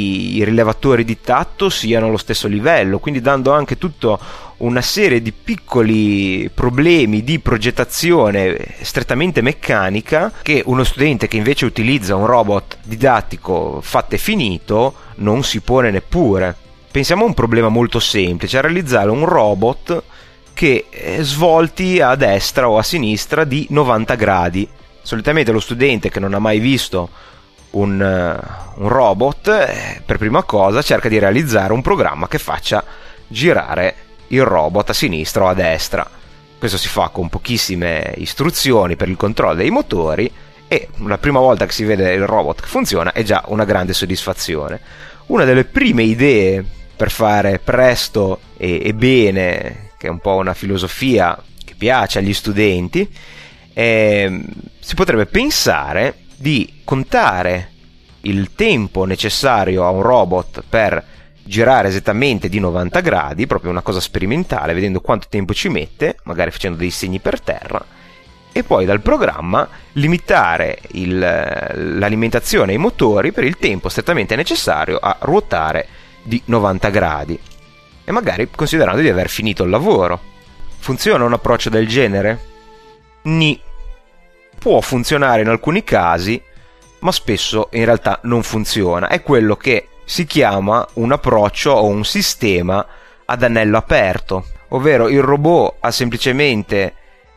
i rilevatori di tatto siano allo stesso livello, quindi dando anche tutta una serie di piccoli problemi di progettazione strettamente meccanica che uno studente che invece utilizza un robot didattico fatto e finito non si pone neppure. Pensiamo a un problema molto semplice: a realizzare un robot che svolti a destra o a sinistra di 90 gradi. Solitamente lo studente che non ha mai visto un robot, per prima cosa cerca di realizzare un programma che faccia girare il robot a sinistra o a destra. Questo si fa con pochissime istruzioni per il controllo dei motori, e la prima volta che si vede il robot che funziona è già una grande soddisfazione. Una delle prime idee per fare presto e bene, che è un po' una filosofia che piace agli studenti, si potrebbe pensare di contare il tempo necessario a un robot per girare esattamente di 90 gradi, proprio una cosa sperimentale, vedendo quanto tempo ci mette, magari facendo dei segni per terra, e poi dal programma limitare l'alimentazione ai motori per il tempo strettamente necessario a ruotare di 90 gradi. E magari considerando di aver finito il lavoro. Funziona un approccio del genere? Ni. Può funzionare in alcuni casi, ma spesso in realtà non funziona. È quello che si chiama un approccio o un sistema ad anello aperto, ovvero il robot ha semplicemente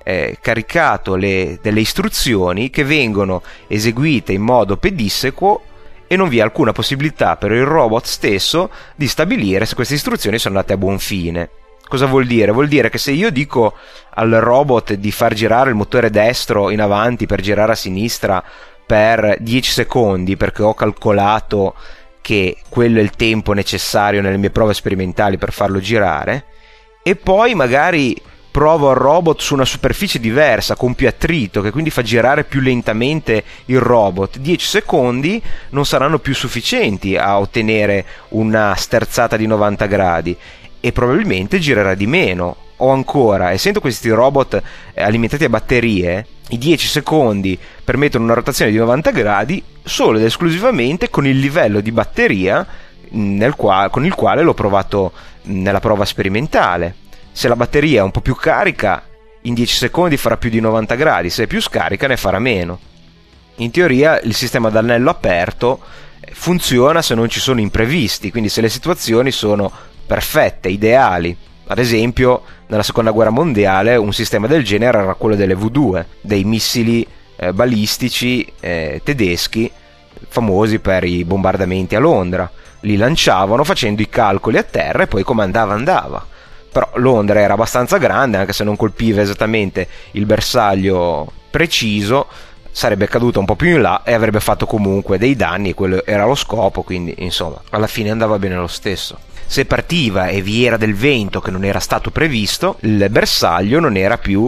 caricato delle istruzioni che vengono eseguite in modo pedissequo e non vi è alcuna possibilità per il robot stesso di stabilire se queste istruzioni sono andate a buon fine. Cosa vuol dire? Vuol dire che se io dico al robot di far girare il motore destro in avanti per girare a sinistra per 10 secondi perché ho calcolato che quello è il tempo necessario nelle mie prove sperimentali per farlo girare, e poi magari provo il robot su una superficie diversa con più attrito che quindi fa girare più lentamente il robot, 10 secondi non saranno più sufficienti a ottenere una sterzata di 90 gradi e probabilmente girerà di meno. O ancora, essendo questi robot alimentati a batterie, i 10 secondi permettono una rotazione di 90 gradi solo ed esclusivamente con il livello di batteria con il quale l'ho provato nella prova sperimentale. Se la batteria è un po' più carica, in 10 secondi farà più di 90 gradi, se è più scarica ne farà meno. In teoria il sistema ad anello aperto funziona se non ci sono imprevisti, quindi se le situazioni sono perfette, ideali. Ad esempio, nella seconda guerra mondiale un sistema del genere era quello delle V2, dei missili balistici tedeschi famosi per i bombardamenti a Londra. Li lanciavano facendo i calcoli a terra e poi come andava. Però Londra era abbastanza grande, anche se non colpiva esattamente il bersaglio preciso, sarebbe caduta un po' più in là e avrebbe fatto comunque dei danni, quello era lo scopo, quindi insomma alla fine andava bene lo stesso. Se partiva e vi era del vento che non era stato previsto, il bersaglio non era più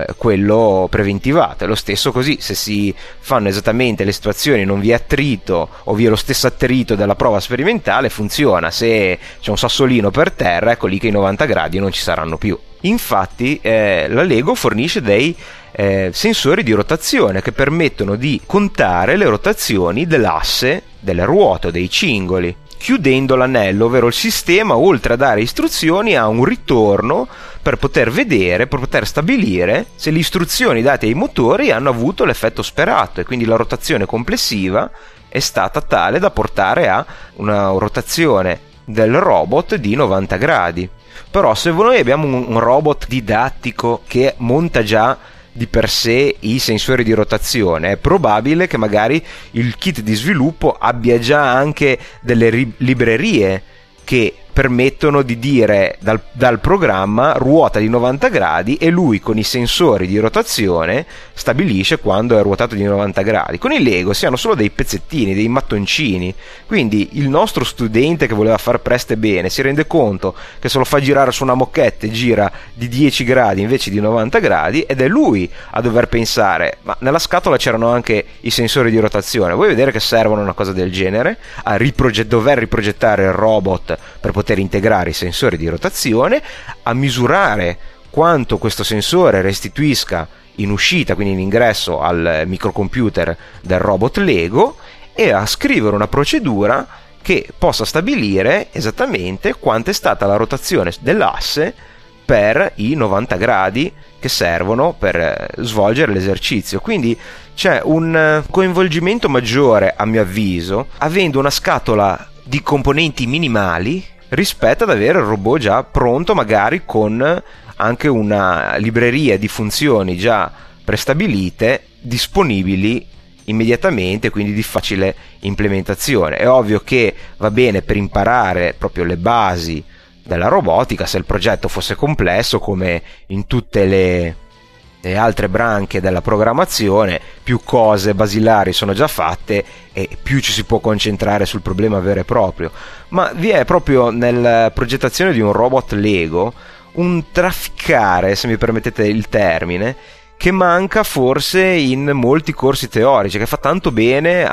quello preventivato. È lo stesso così, se si fanno esattamente le situazioni, non vi è attrito o vi è lo stesso attrito della prova sperimentale, funziona. Se c'è un sassolino per terra, ecco lì che i 90 gradi non ci saranno più. Infatti la Lego fornisce dei sensori di rotazione che permettono di contare le rotazioni dell'asse delle ruote o dei cingoli. Chiudendo l'anello, ovvero il sistema, oltre a dare istruzioni, ha un ritorno per poter vedere, per poter stabilire se le istruzioni date ai motori hanno avuto l'effetto sperato e quindi la rotazione complessiva è stata tale da portare a una rotazione del robot di 90 gradi. Però se noi abbiamo un robot didattico che monta già di per sé i sensori di rotazione, è probabile che magari il kit di sviluppo abbia già anche delle librerie che permettono di dire dal programma ruota di 90 gradi e lui con i sensori di rotazione stabilisce quando è ruotato di 90 gradi. Con il Lego si hanno solo dei pezzettini, dei mattoncini, quindi il nostro studente che voleva far presto e bene si rende conto che se lo fa girare su una moquette gira di 10 gradi invece di 90 gradi ed è lui a dover pensare: ma nella scatola c'erano anche i sensori di rotazione, vuoi vedere che servono una cosa del genere? A dover riprogettare il robot per poter integrare i sensori di rotazione, a misurare quanto questo sensore restituisca in uscita, quindi in ingresso al microcomputer del robot Lego, e a scrivere una procedura che possa stabilire esattamente quanta è stata la rotazione dell'asse per i 90 gradi che servono per svolgere l'esercizio. Quindi c'è un coinvolgimento maggiore, a mio avviso, avendo una scatola di componenti minimali rispetto ad avere il robot già pronto, magari con anche una libreria di funzioni già prestabilite disponibili immediatamente, quindi di facile implementazione. È ovvio che va bene per imparare proprio le basi della robotica, se il progetto fosse complesso, come in tutte le altre branche della programmazione, più cose basilari sono già fatte e più ci si può concentrare sul problema vero e proprio. Ma vi è proprio nella progettazione di un robot Lego un trafficare, se mi permettete il termine, che manca forse in molti corsi teorici, che fa tanto bene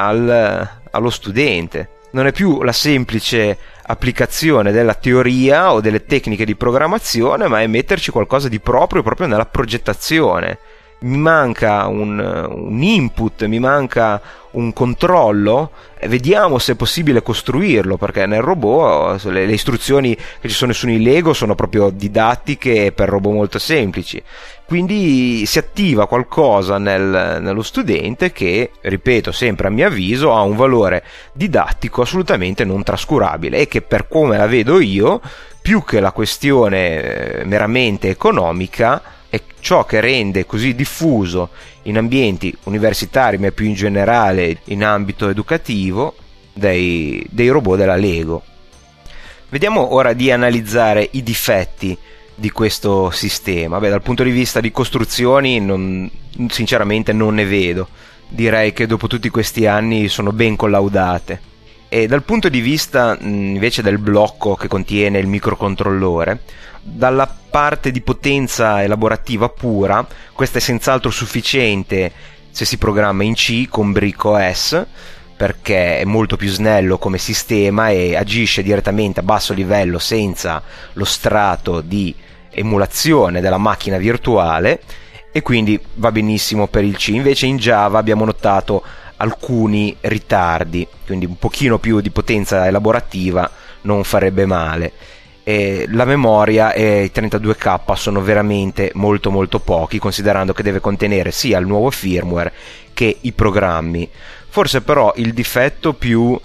allo studente. Non è più la semplice applicazione della teoria o delle tecniche di programmazione, ma è metterci qualcosa di proprio nella progettazione, mi manca un input, mi manca un controllo, vediamo se è possibile costruirlo, perché nel robot le istruzioni che ci sono su Lego sono proprio didattiche per robot molto semplici, quindi si attiva qualcosa nello studente che, ripeto sempre a mio avviso, ha un valore didattico assolutamente non trascurabile e che, per come la vedo io, più che la questione meramente economica, è ciò che rende così diffuso in ambienti universitari, ma più in generale in ambito educativo, dei robot della Lego. Vediamo ora di analizzare i difetti di questo sistema. Dal punto di vista di costruzioni sinceramente non ne vedo. Direi che dopo tutti questi anni sono ben collaudate. E dal punto di vista invece del blocco che contiene il microcontrollore, dalla parte di potenza elaborativa pura, questa è senz'altro sufficiente se si programma in C con BrickOS, perché è molto più snello come sistema e agisce direttamente a basso livello senza lo strato di emulazione della macchina virtuale, e quindi va benissimo per il C. Invece in Java abbiamo notato alcuni ritardi, quindi un pochino più di potenza elaborativa non farebbe male. E la memoria e i 32K sono veramente molto pochi, considerando che deve contenere sia il nuovo firmware che i programmi. Forse però il difetto più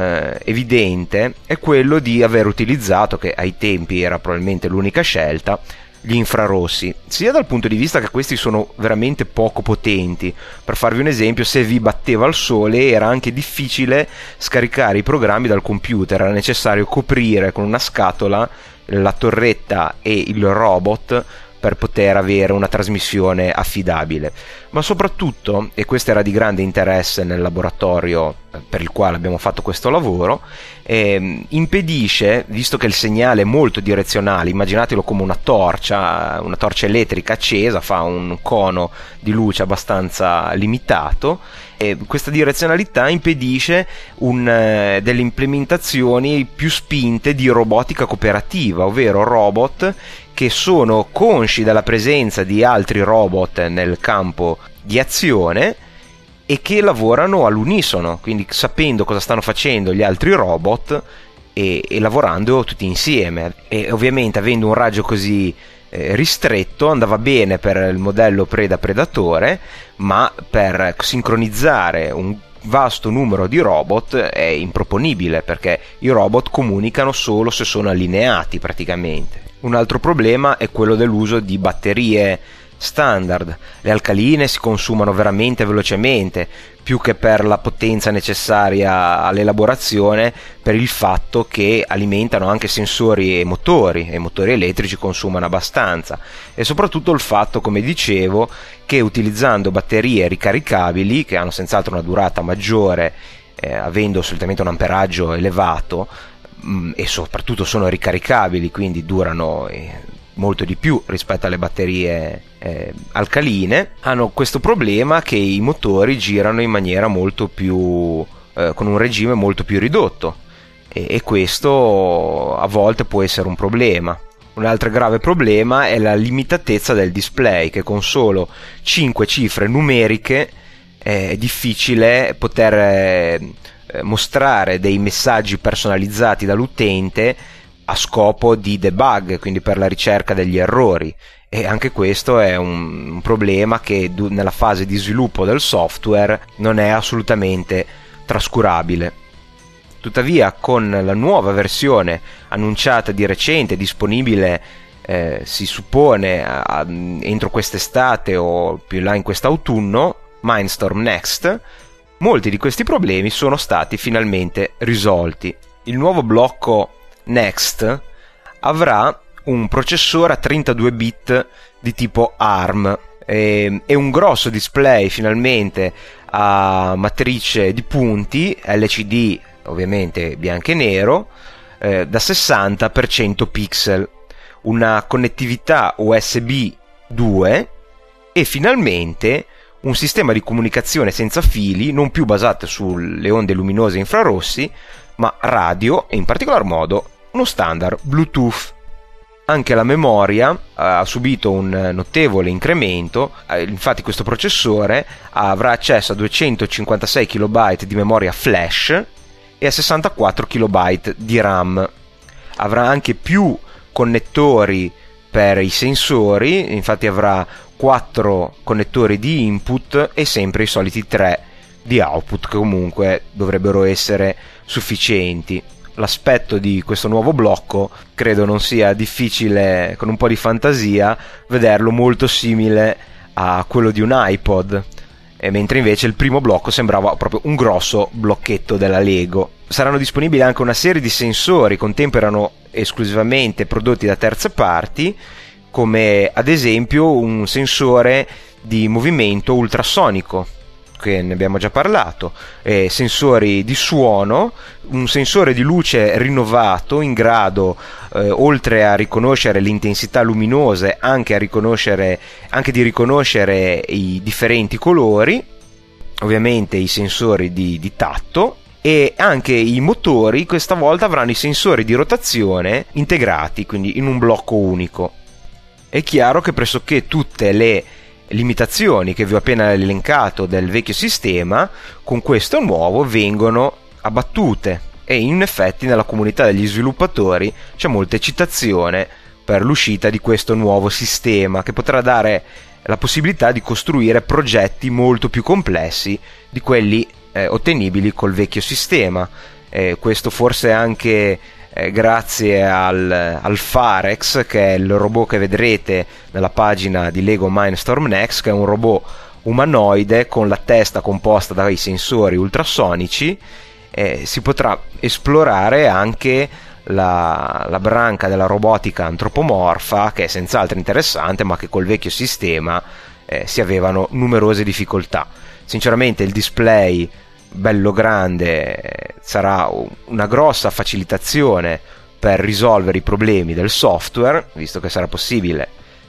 evidente è quello di aver utilizzato, che ai tempi era probabilmente l'unica scelta, gli infrarossi, sia dal punto di vista che questi sono veramente poco potenti. Per farvi un esempio, se vi batteva il sole era anche difficile scaricare i programmi dal computer, era necessario coprire con una scatola la torretta e il robot per poter avere una trasmissione affidabile. Ma soprattutto, e questo era di grande interesse nel laboratorio per il quale abbiamo fatto questo lavoro, impedisce, visto che il segnale è molto direzionale, immaginatelo come una torcia elettrica accesa, fa un cono di luce abbastanza limitato, e questa direzionalità impedisce delle implementazioni più spinte di robotica cooperativa, ovvero robot che sono consci della presenza di altri robot nel campo di azione e che lavorano all'unisono, quindi sapendo cosa stanno facendo gli altri robot e lavorando tutti insieme. E ovviamente, avendo un raggio così ristretto, andava bene per il modello preda-predatore, ma per sincronizzare un vasto numero di robot è improponibile, perché i robot comunicano solo se sono allineati praticamente. Un altro problema è quello dell'uso di batterie standard. Le alcaline si consumano veramente velocemente, più che per la potenza necessaria all'elaborazione, per il fatto che alimentano anche sensori e motori elettrici consumano abbastanza, e soprattutto il fatto, come dicevo, che utilizzando batterie ricaricabili, che hanno senz'altro una durata maggiore, avendo solitamente un amperaggio elevato, e soprattutto sono ricaricabili, quindi durano molto di più rispetto alle batterie alcaline, hanno questo problema che i motori girano in maniera molto più con un regime molto più ridotto, e questo a volte può essere un problema. Un altro grave problema è la limitatezza del display, che con solo 5 cifre numeriche è difficile poter mostrare dei messaggi personalizzati dall'utente a scopo di debug, quindi per la ricerca degli errori, e anche questo è un problema che nella fase di sviluppo del software non è assolutamente trascurabile. Tuttavia, con la nuova versione annunciata di recente, disponibile si suppone entro quest'estate o più in là in quest'autunno, Mindstorm Next, molti di questi problemi sono stati finalmente risolti. Il nuovo blocco Next avrà un processore a 32 bit di tipo ARM e un grosso display finalmente a matrice di punti LCD, ovviamente bianco e nero, da 60 x 100 pixel, una connettività USB 2 e finalmente un sistema di comunicazione senza fili, non più basato sulle onde luminose infrarossi, ma radio, e in particolar modo uno standard Bluetooth. Anche la memoria ha subito un notevole incremento, infatti questo processore avrà accesso a 256 KB di memoria flash e a 64 KB di RAM. Avrà anche più connettori per i sensori, infatti avrà 4 connettori di input e sempre i soliti 3 di output, che comunque dovrebbero essere sufficienti. L'aspetto di questo nuovo blocco credo non sia difficile, con un po' di fantasia, vederlo molto simile a quello di un iPod, mentre invece il primo blocco sembrava proprio un grosso blocchetto della Lego. Saranno disponibili anche una serie di sensori, con tempo erano esclusivamente prodotti da terze parti, come ad esempio un sensore di movimento ultrasonico, che ne abbiamo già parlato, sensori di suono, un sensore di luce rinnovato in grado, oltre a riconoscere le intensità luminose, anche di riconoscere i differenti colori, ovviamente i sensori di tatto, e anche i motori questa volta avranno i sensori di rotazione integrati, quindi in un blocco unico. È chiaro che pressoché tutte le limitazioni che vi ho appena elencato del vecchio sistema con questo nuovo vengono abbattute, e in effetti nella comunità degli sviluppatori c'è molta eccitazione per l'uscita di questo nuovo sistema, che potrà dare la possibilità di costruire progetti molto più complessi di quelli ottenibili col vecchio sistema. Questo forse anche grazie al Pharex, che è il robot che vedrete nella pagina di Lego Mindstorm Next, che è un robot umanoide con la testa composta dai sensori ultrasonici. Si potrà esplorare anche la branca della robotica antropomorfa, che è senz'altro interessante, ma che col vecchio sistema si avevano numerose difficoltà. Sinceramente il display bello grande sarà una grossa facilitazione per risolvere i problemi del software, visto che sarà possibile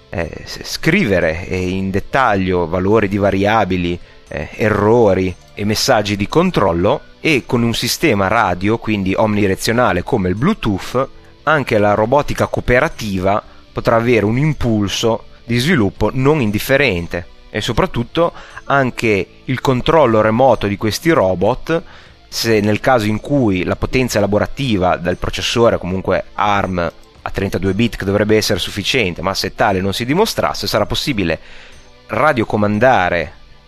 scrivere in dettaglio valori di variabili, errori e messaggi di controllo, e con un sistema radio, quindi omnidirezionale come il Bluetooth, anche la robotica cooperativa potrà avere un impulso di sviluppo non indifferente, e soprattutto anche il controllo remoto di questi robot, se nel caso in cui la potenza elaborativa del processore, comunque ARM a 32 bit, che dovrebbe essere sufficiente, ma se tale non si dimostrasse, sarà possibile radiocomandare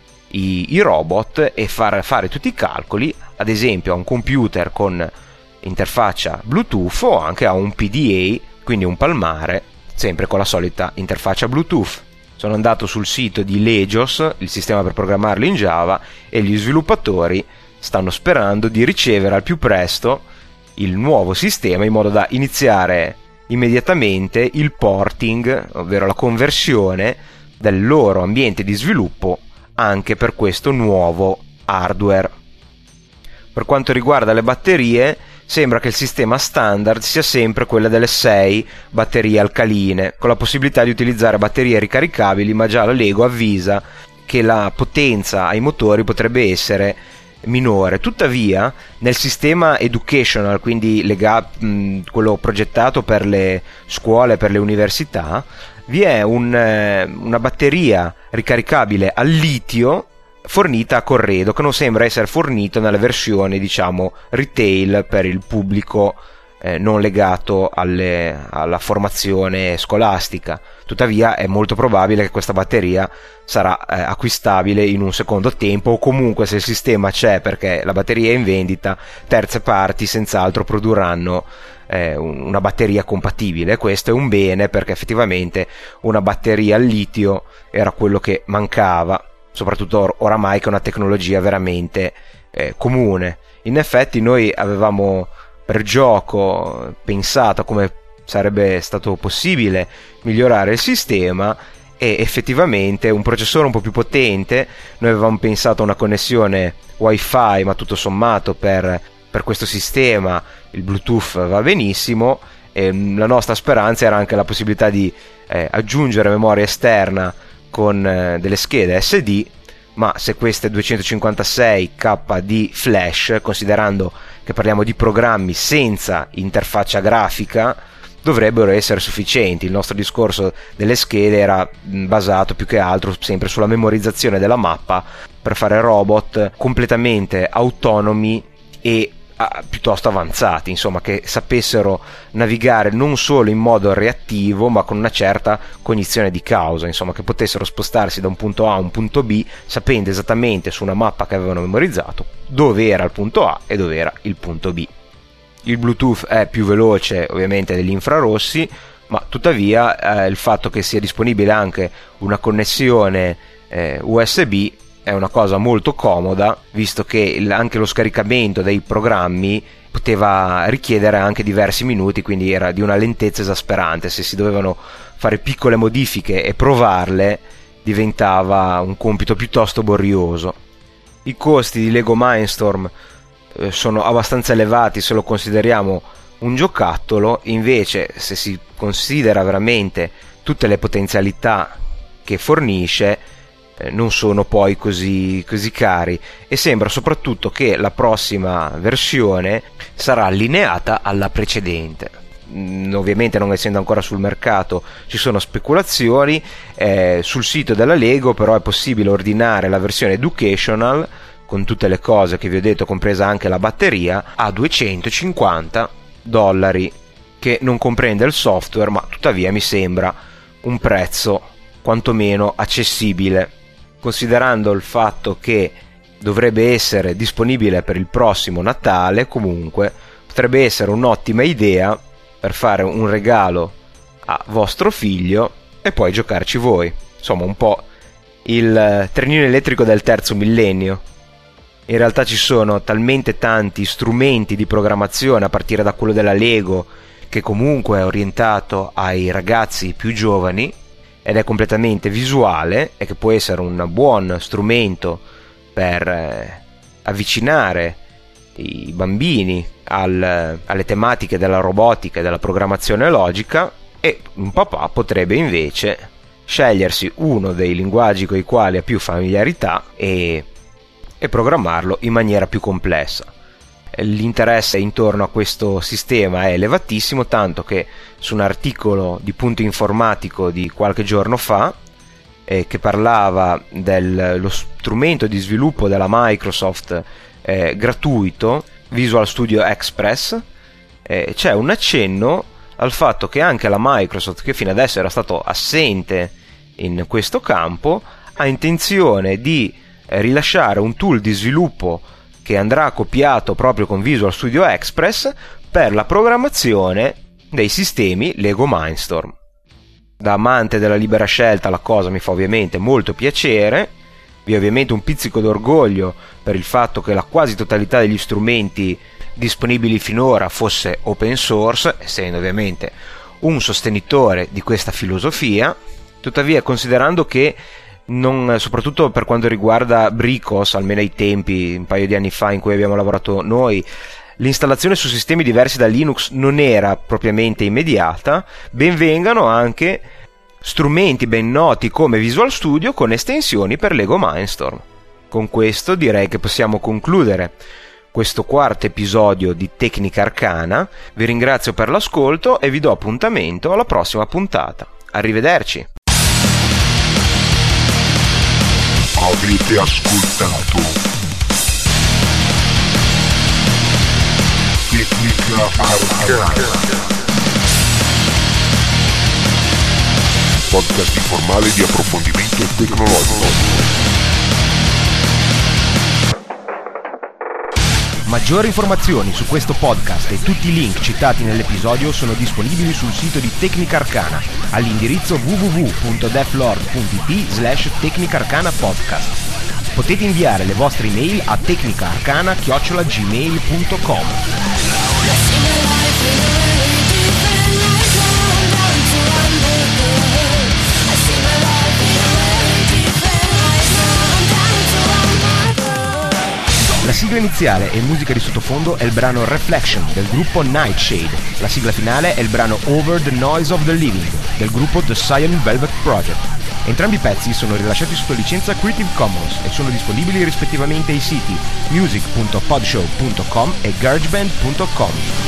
i robot e fare tutti i calcoli, ad esempio a un computer con interfaccia Bluetooth o anche a un PDA, quindi un palmare, sempre con la solita interfaccia Bluetooth. Sono andato sul sito di Legios, il sistema per programmarlo in Java, e gli sviluppatori stanno sperando di ricevere al più presto il nuovo sistema in modo da iniziare immediatamente il porting, ovvero la conversione del loro ambiente di sviluppo anche per questo nuovo hardware. Per quanto riguarda le batterie, sembra che il sistema standard sia sempre quella delle 6 batterie alcaline, con la possibilità di utilizzare batterie ricaricabili, ma già la Lego avvisa che la potenza ai motori potrebbe essere minore. Tuttavia, nel sistema educational, quindi quello progettato per le scuole, per le università, vi è una batteria ricaricabile al litio fornita a corredo, che non sembra essere fornito nella versione, diciamo, retail per il pubblico non legato alla formazione scolastica. Tuttavia è molto probabile che questa batteria sarà acquistabile in un secondo tempo, o comunque, se il sistema c'è, perché la batteria è in vendita, terze parti senz'altro produrranno una batteria compatibile. Questo è un bene, perché effettivamente una batteria al litio era quello che mancava, soprattutto oramai che è una tecnologia veramente comune. In effetti noi avevamo per gioco pensato come sarebbe stato possibile migliorare il sistema, e effettivamente un processore un po' più potente. Noi avevamo pensato a una connessione wifi, ma tutto sommato per questo sistema il Bluetooth va benissimo, e la nostra speranza era anche la possibilità di aggiungere memoria esterna con delle schede SD, ma se queste 256K di flash, considerando che parliamo di programmi senza interfaccia grafica, dovrebbero essere sufficienti. Il nostro discorso delle schede era basato più che altro sempre sulla memorizzazione della mappa per fare robot completamente autonomi e piuttosto avanzati, insomma, che sapessero navigare non solo in modo reattivo ma con una certa cognizione di causa, insomma, che potessero spostarsi da un punto A a un punto B sapendo esattamente su una mappa che avevano memorizzato dove era il punto A e dove era il punto B. Il Bluetooth è più veloce ovviamente degli infrarossi, ma tuttavia il fatto che sia disponibile anche una connessione USB è una cosa molto comoda, visto che anche lo scaricamento dei programmi poteva richiedere anche diversi minuti, quindi era di una lentezza esasperante. Se si dovevano fare piccole modifiche e provarle diventava un compito piuttosto borioso. I costi di Lego Mindstorm sono abbastanza elevati se lo consideriamo un giocattolo, invece se si considera veramente tutte le potenzialità che fornisce non sono poi così cari, e sembra soprattutto che la prossima versione sarà allineata alla precedente. Ovviamente, non essendo ancora sul mercato, ci sono speculazioni. Sul sito della Lego però è possibile ordinare la versione educational con tutte le cose che vi ho detto, compresa anche la batteria, a $250, che non comprende il software, ma tuttavia mi sembra un prezzo quantomeno accessibile, considerando il fatto che dovrebbe essere disponibile per il prossimo Natale. Comunque potrebbe essere un'ottima idea per fare un regalo a vostro figlio e poi giocarci voi, insomma un po' il trenino elettrico del terzo millennio. In realtà ci sono talmente tanti strumenti di programmazione, a partire da quello della Lego, che comunque è orientato ai ragazzi più giovani ed è completamente visuale, e che può essere un buon strumento per avvicinare i bambini alle tematiche della robotica e della programmazione logica. E un papà potrebbe invece scegliersi uno dei linguaggi con i quali ha più familiarità e programmarlo in maniera più complessa. L'interesse intorno a questo sistema è elevatissimo, tanto che su un articolo di Punto Informatico di qualche giorno fa, che parlava dello strumento di sviluppo della Microsoft gratuito, Visual Studio Express, c'è un accenno al fatto che anche la Microsoft, che fino adesso era stato assente in questo campo, ha intenzione di rilasciare un tool di sviluppo che andrà copiato proprio con Visual Studio Express per la programmazione dei sistemi Lego Mindstorm. Da amante della libera scelta la cosa mi fa ovviamente molto piacere. Vi è ovviamente un pizzico d'orgoglio per il fatto che la quasi totalità degli strumenti disponibili finora fosse open source, essendo ovviamente un sostenitore di questa filosofia. Tuttavia, considerando che soprattutto per quanto riguarda Bricos, almeno ai tempi, un paio di anni fa in cui abbiamo lavorato noi, l'installazione su sistemi diversi da Linux non era propriamente immediata, ben vengano anche strumenti ben noti come Visual Studio con estensioni per Lego Mindstorm. Con questo direi che possiamo concludere questo quarto episodio di Tecnica Arcana. Vi ringrazio per l'ascolto e vi do appuntamento alla prossima puntata. Arrivederci! Avete ascoltato Tecnica Arcana, podcast informale di approfondimento tecnologico. Maggiori informazioni su questo podcast e tutti i link citati nell'episodio sono disponibili sul sito di Tecnica Arcana all'indirizzo www.devlord.it/tecnicarcanapodcast. Potete inviare le vostre email a tecnicaarcana@gmail.com. La sigla iniziale e musica di sottofondo è il brano Reflection del gruppo Nightshade. La sigla finale è il brano Over the Noise of the Living del gruppo The Cyan Velvet Project. Entrambi i pezzi sono rilasciati sotto licenza Creative Commons e sono disponibili rispettivamente ai siti music.podshow.com e garageband.com.